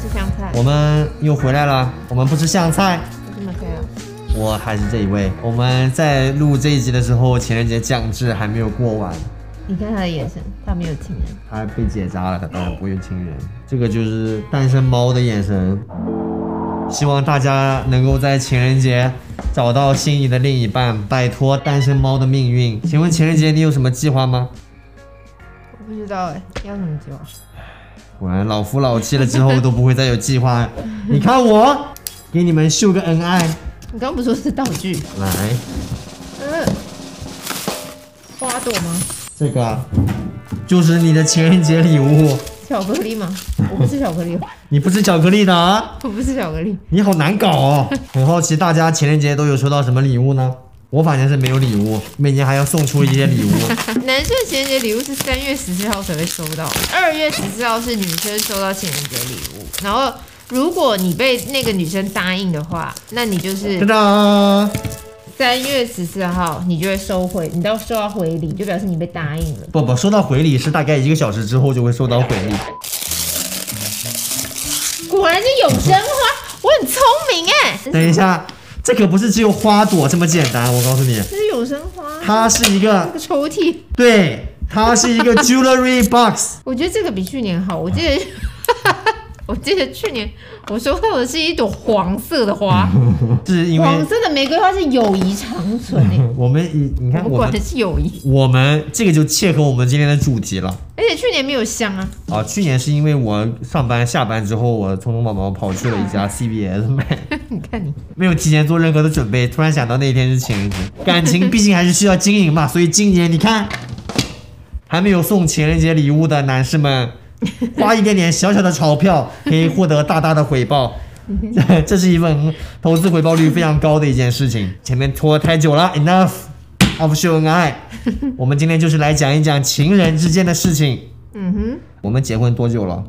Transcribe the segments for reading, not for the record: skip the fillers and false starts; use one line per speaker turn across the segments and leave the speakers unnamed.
吃香菜。
我们又回来了，我们不吃香菜。
为什么这样？
我还是这一位。我们在录这一集的时候，情人节降智还没有过完。
你看他的眼神，他没有亲人，
他被结扎了，他当然不会亲人。这个就是单身猫的眼神。希望大家能够在情人节找到心仪的另一半，摆脱单身猫的命运。请问情人节你有什么计划吗？
我不知道哎，要什么计划？
果然老夫老妻了之后都不会再有计划。你看我，给你们秀个恩爱。
你刚刚不是说是道具？
来，
花朵吗？
这个就是你的情人节礼物。
巧克力吗？我不吃巧克力，
你不吃巧克力的啊？
我不吃巧克力。
你好难搞哦！很好奇大家情人节都有收到什么礼物呢？我反正是没有礼物，每年还要送出一些礼物。
男生情人节礼物是3月14号才会收到，2月14号是女生收到情人节礼物。然后如果你被那个女生答应的话，那你就是
哒哒
3月14号你就会收回，你都收到回礼，就表示你被答应了。
不，收到回礼是大概1个小时之后就会收到回礼。
果然是永生花，我很聪明哎。
等一下，这可不是只有花朵这么简单，我告诉你，
这是永生花，
它是一个
这个抽屉，
对，它是一个 jewelry box。
我觉得这个比去年好。我记得去年我收到的是一朵黄色的花，
是因为
黄色的玫瑰花是友谊长存诶。
我们你看
我们管的是友谊，
我们这个就切合我们今天的主题了。
而且去年没有香啊。
啊，去年是因为我上班下班之后，我匆匆忙忙跑去了一家 CVS 买，
你看你
没有提前做任何的准备，突然想到那一天是情人节，感情毕竟还是需要经营嘛，所以今年你看，还没有送情人节礼物的男士们，花一点点小小的钞票，可以获得大大的回报。这是一份投资回报率非常高的一件事情。前面拖太久了 ，enough of 秀恩爱。我们今天就是来讲一讲情人之间的事情。我们结婚多久了？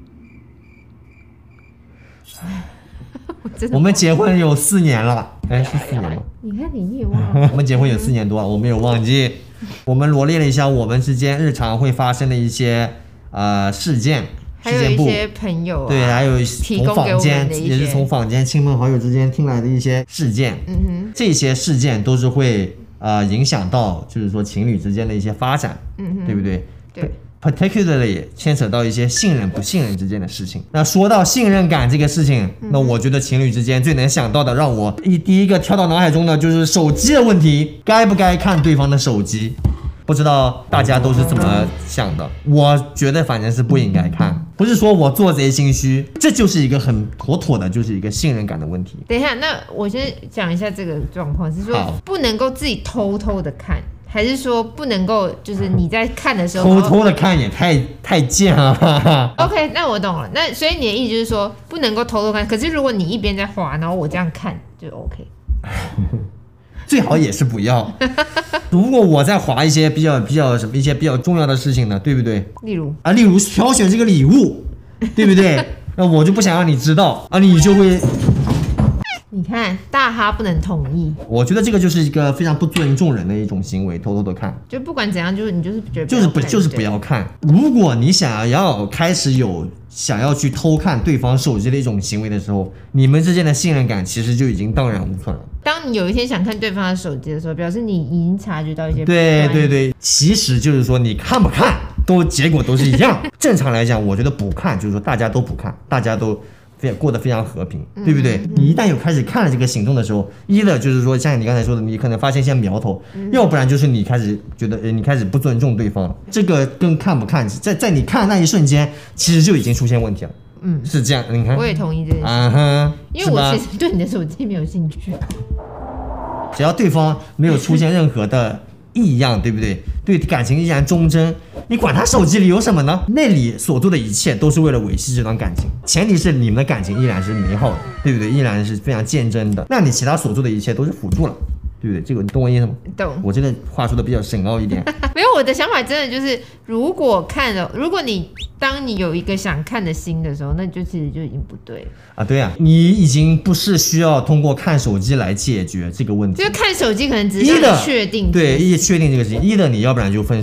我们结婚有4年了，哎，是4年吗？
你看你也忘了。
我们结婚有4年多，我没有忘记。我们罗列了一下我们之间日常会发生的一些事件。
还有一些朋友
对，还有从坊间
也
是从坊间亲朋好友之间听来的一些事件。这些事件都是会影响到，就是说情侣之间的一些发展，对不对？
对。
particularly 牵扯到一些信任不信任之间的事情。那说到信任感这个事情，那我觉得情侣之间最能想到的，让我第一个跳到脑海中的就是手机的问题，该不该看对方的手机？不知道大家都是怎么想的？我觉得反正是不应该看，不是说我做贼心虚，这就是一个很妥妥的，就是一个信任感的问题。
等一下，那我先讲一下这个状况，是说不能够自己偷偷的看，还是说不能够就是你在看的时候
偷偷的看也太贱了吧
？OK， 那我懂了。那所以你的意思就是说不能够偷偷看，可是如果你一边在滑，然后我这样看就 OK。
最好也是不要。如果我在划一些比较什么一些比较重要的事情呢，对不对？
例如
挑选这个礼物，对不对？那我就不想让你知道啊，你就会。
你看，大哈不能同意。
我觉得这个就是一个非常不尊重人的一种行为，偷偷的看。
就不管怎样，就是你就是觉得
就是不要看。如果你想要开始有想要去偷看对方手机的一种行为的时候，你们之间的信任感其实就已经荡然无存了。
当你有一天想看对方的手机的时候，表示你已经察觉到一些
对，其实就是说你看不看结果都是一样。正常来讲，我觉得不看就是说大家都不看，大家都过得非常和平，对不对？你一旦有开始看了这个行动的时候，一的就是说像你刚才说的，你可能发现一些苗头，要不然就是你开始觉得你开始不尊重对方了。这个跟看不看，在你看的那一瞬间，其实就已经出现问题了。是这样，你看，
我也同意这件事。因为我其实对你的手机没有兴趣。
只要对方没有出现任何的异样，对不对？对感情依然忠贞，你管他手机里有什么呢？那里所做的一切都是为了维系这段感情，前提是你们的感情依然是美好的，对不对？依然是非常坚贞的。那你其他所做的一切都是辅助了，对不对？这个你懂我意思吗？
懂。
我这个话说的比较深奥一点。
没有，我的想法真的就是，如果当你有一个想看的心的时候，那就其实就已经不对了
啊。对啊，你已经不是需要通过看手机来解决这个问题，
就是看手机可能只是让你确定，
对，确定这个事情。一的你要不然就分手，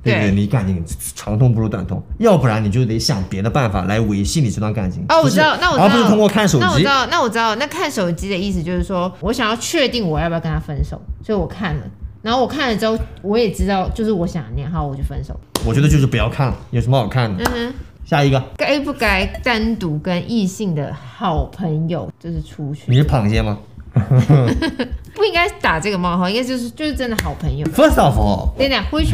对不对？你感情长痛不如短痛，要不然你就得想别的办法来维系你这段感情。
哦，我知道，那我知道，
而不是通过看手机。
那我知道，那看手机的意思就是说我想要确定我要不要跟他分手，所以我看了。然后我看了之后，我也知道，就是我想念，好，我就分手。
我觉得就是不要看了，有什么好看的？下一个，
该不该单独跟异性的好朋友就是出去？
你是螃蟹吗？
不应该打这个冒号，应该就是真的好朋友。
First of all，
等等 which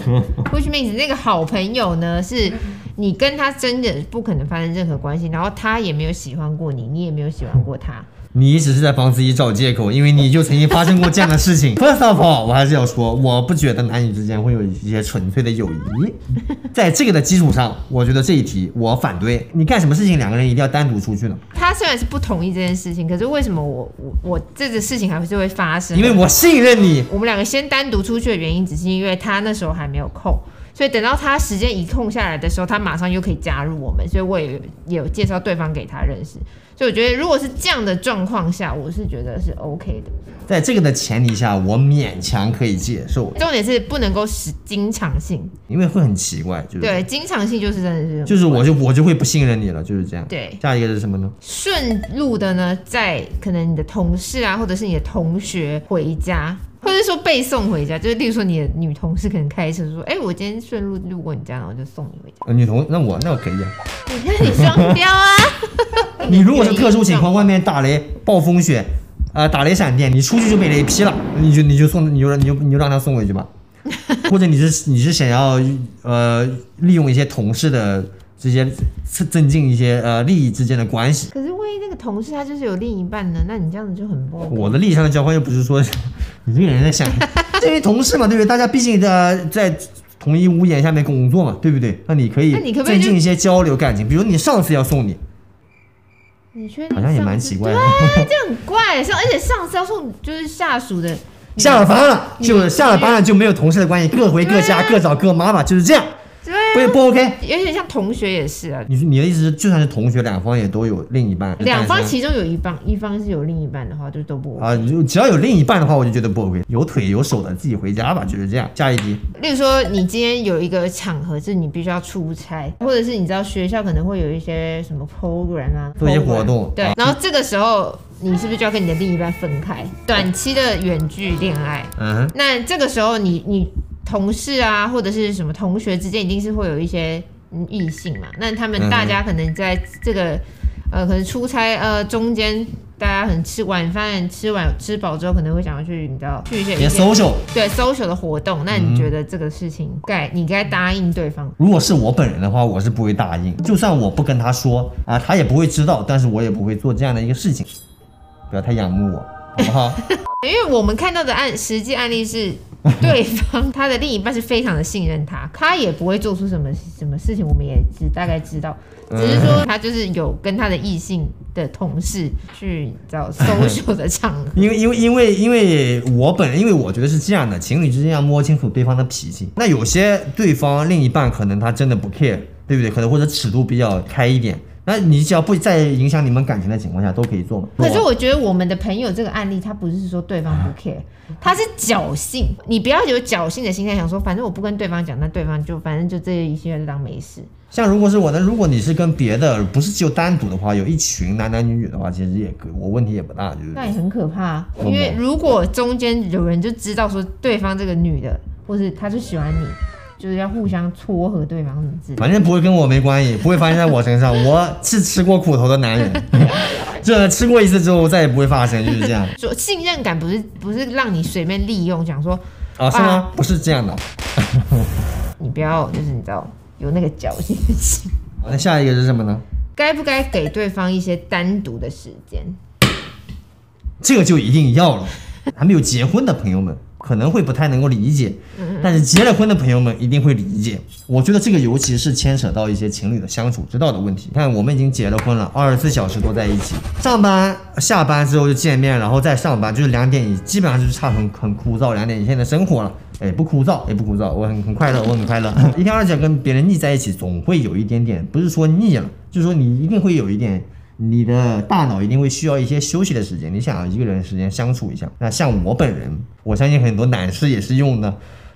means 那个好朋友呢，是你跟他真的不可能发生任何关系，然后他也没有喜欢过你，你也没有喜欢过他。
你只是在帮自己找借口，因为你就曾经发生过这样的事情。First of all， 我还是要说，我不觉得男女之间会有一些纯粹的友谊。在这个的基础上，我觉得这一题我反对。你干什么事情两个人一定要单独出去呢？
他虽然是不同意这件事情，可是为什么我这个事情还是会发生？
因为我信任你。
我们两个先单独出去的原因，只是因为他那时候还没有空。所以等到他时间一空下来的时候，他马上又可以加入我们，所以我也有介绍对方给他认识。所以我觉得，如果是这样的状况下，我是觉得是 OK 的。
在这个的前提下，我勉强可以接受。
重点是不能够使经常性，
因为会很奇怪，就是
对经常性就是真的是，
就是我就会不信任你了，就是这样。
对，
下一个是什么呢？
顺路的呢，在可能你的同事啊，或者是你的同学回家。或者说被送回家，就是例如说你的女同事可能开车说，我今天顺路路过你家，然后就送你回家。
女同那我可以啊。
你看你双标啊！
你如果是特殊情况，外面打雷、暴风雪，打雷闪电，你出去就被雷劈了，你就让他送回去吧。或者你是想要利用一些同事的这些增进一些利益之间的关系。
可是万一那个同事他就是有另一半呢？那你这样子就很不 OK。
我的利益上的交换又不是说你这个人在想，这些同事嘛，对不对？大家毕竟在同一屋檐下面工作嘛，对不对？那你可以增进一些交流感情，比如你上司要送你。
你确定？
好像也蛮奇怪的。
对，这很怪。而且上司要送就是下属的。
下了班了，就没有同事的关系，各回各家，各找各妈吧，就是这样。
对、
不 OK，
有点像同学也是啊。
你的意思是，就算是同学，两方也都有另一半。
两方其中有一方是有另一半的话，就都不 OK
啊。只要有另一半的话，我就觉得不 OK。有腿有手的自己回家吧，就是这样。下一题。
例如说，你今天有一个场合是你必须要出差，或者是你知道学校可能会有一些什么 program 啊，
做一些活动。
对，然后这个时候你是不是就要跟你的另一半分开？短期的远距恋爱。那这个时候你同事啊，或者是什么同学之间，一定是会有一些异性嘛。那他们大家可能在这个可能出差中间，大家可能吃晚饭吃饱之后，可能会想要去你知道去一些
social
对 social 的活动。那你觉得这个事情你该答应对方？
如果是我本人的话，我是不会答应。就算我不跟他说啊，他也不会知道，但是我也不会做这样的一个事情。不要太仰慕我，好不好？
因为我们看到的实际案例是，对方他的另一半是非常的信任他也不会做出什么事情，我们也大概知道，只是说他就是有跟他的异性的同事去找 social 的场合。
因为我觉得是这样的，情侣之间要摸清楚对方的脾气。那有些对方另一半可能他真的不 care， 对不对？可能或者尺度比较开一点。那你只要不在影响你们感情的情况下，都可以做嘛。
可是我觉得我们的朋友这个案例，他不是说对方不 care， 他是侥幸。你不要有侥幸的心态，想说反正我不跟对方讲，那对方就反正就这一些就当没事。
像如果是我呢，如果你是跟别的，不是只有单独的话，有一群男女的话，其实也我问题也不大，就是。
那也很可怕，因为如果中间有人就知道说对方这个女的，或是他就喜欢你。就是要互相撮合对方什么之类的，
反正不会跟我没关系，不会发生在我身上。我是吃过苦头的男人，这吃过一次之后再也不会发生，就是这样。
说信任感不是让你随便利用，讲说
是吗？不是这样的。
你不要就是你知道有那个侥幸的心。
那下一个是什么呢？
该不该给对方一些单独的时间？
这个就一定要了。还没有结婚的朋友们可能会不太能够理解，但是结了婚的朋友们一定会理解。我觉得这个尤其是牵扯到一些情侣的相处之道的问题。看我们已经结了婚了，24小时都在一起，上班下班之后就见面，然后再上班，就是2点，基本上就是差很枯燥2点以前的生活了。不枯燥，我很快乐，我很快乐。一天2点跟别人腻在一起，总会有一点点，不是说腻了，就是说你一定会有一点。你的大脑一定会需要一些休息的时间，你想要一个人时间相处一下。那像我本人，我相信很多男士也是用的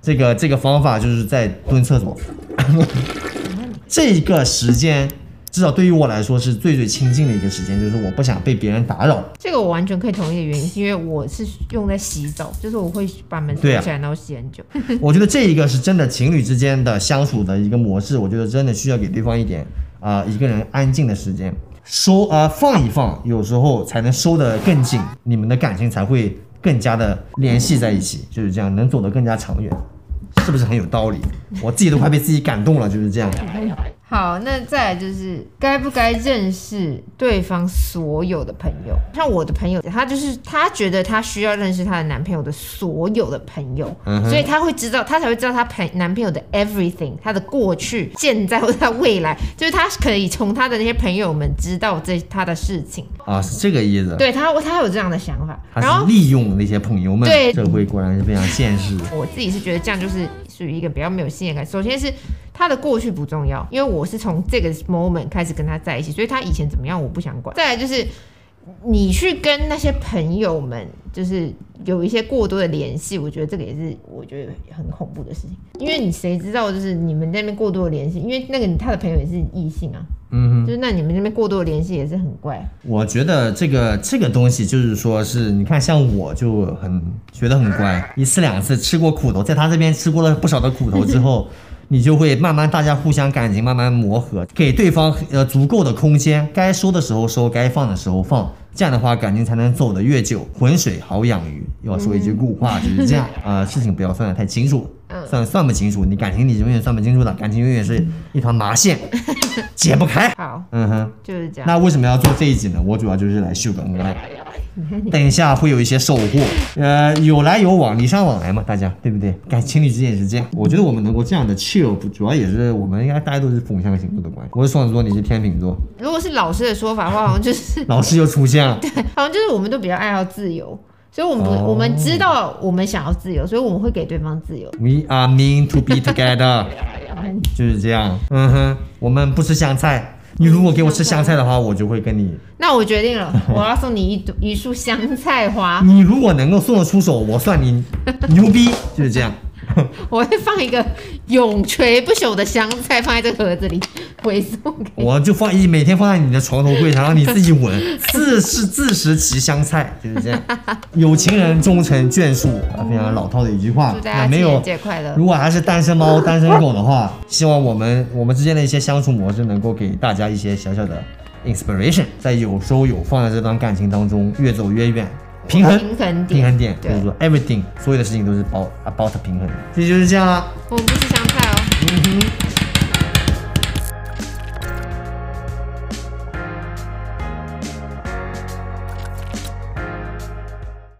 这个方法就是在蹲厕所。这个时间至少对于我来说是最亲近的一个时间，就是我不想被别人打扰。
这个我完全可以同意的原因是因为我是用在洗澡，就是我会把门锁起来，然后洗很久。
我觉得这一个是真的情侣之间的相处的一个模式，我觉得真的需要给对方一点一个人安静的时间，放一放，有时候才能收得更紧，你们的感情才会更加的联系在一起，就是这样，能走得更加长远，是不是很有道理？我自己都快被自己感动了，就是这样。
好，那再来就是该不该认识对方所有的朋友？像我的朋友，他觉得他需要认识他的男朋友的所有的朋友，所以他才会知道他男朋友的 everything， 他的过去、现在或者他未来，就是他可以从他的那些朋友们知道他的事情
啊，是这个意思。
对他有这样的想法，
他是利用那些朋友们。
对，
社会果然是非常现实。
我自己是觉得这样就是属于一个比较没有信任感。首先是他的过去不重要，因为我是从这个 moment 开始跟他在一起，所以他以前怎么样我不想管。再来就是你去跟那些朋友们就是有一些过多的联系，我觉得这个也是我觉得很恐怖的事情，因为你谁知道就是你们那边过多的联系，因为那个他的朋友也是异性啊，就是那你们那边过多的联系也是很怪。
我觉得这个东西就是说是你看像我就觉得很乖，一次两次吃过苦头，在他这边吃过了不少的苦头之后你就会慢慢大家互相感情慢慢磨合，给对方足够的空间，该收的时候收，该放的时候放，这样的话感情才能走得越久。浑水好养鱼，要说一句古话就是这样事情不要算得太清楚，算不清楚，你感情你永远算不清楚的，感情永远是一团麻线解不开。
好，就是这样。
那为什么要做这一集呢？我主要就是来秀个恩爱，等一下会有一些收获，有来有往，礼尚往来嘛，大家对不对？情侣之间也是这样。我觉得我们能够这样的 chill， 主要也是我们应该大家都是风象星座的关系。我是双子座，你是天秤座。
如果是老师的说法的话，好像就是
老师又出现了，
对，好像就是我们都比较爱好自由。所以我们知道我们想要自由，所以我们会给对方自由。
We are meant to be together， 就是这样。我们不吃香菜，你如果给我吃香菜的话，我就会跟你。
那我决定了，我要送你一束香菜花。
你如果能够送得出手，我算你牛逼，就是这样。
我会放一个永垂不朽的香菜放在这个盒子里，回送给你。
我就每天放在你的床头柜上，让你自己闻，自食其香菜，就是这样。有情人终成眷属，非常老套的一句话。
祝大家情人节快乐。
如果还是单身猫、单身狗的话，希望我们之间的一些相处模式能够给大家一些小小的 inspiration， 在有收有放在这段感情当中越走越远。平衡点，就是说 everything 所有的事情都是about 平衡，这就是这样啦。
我们不吃香菜哦。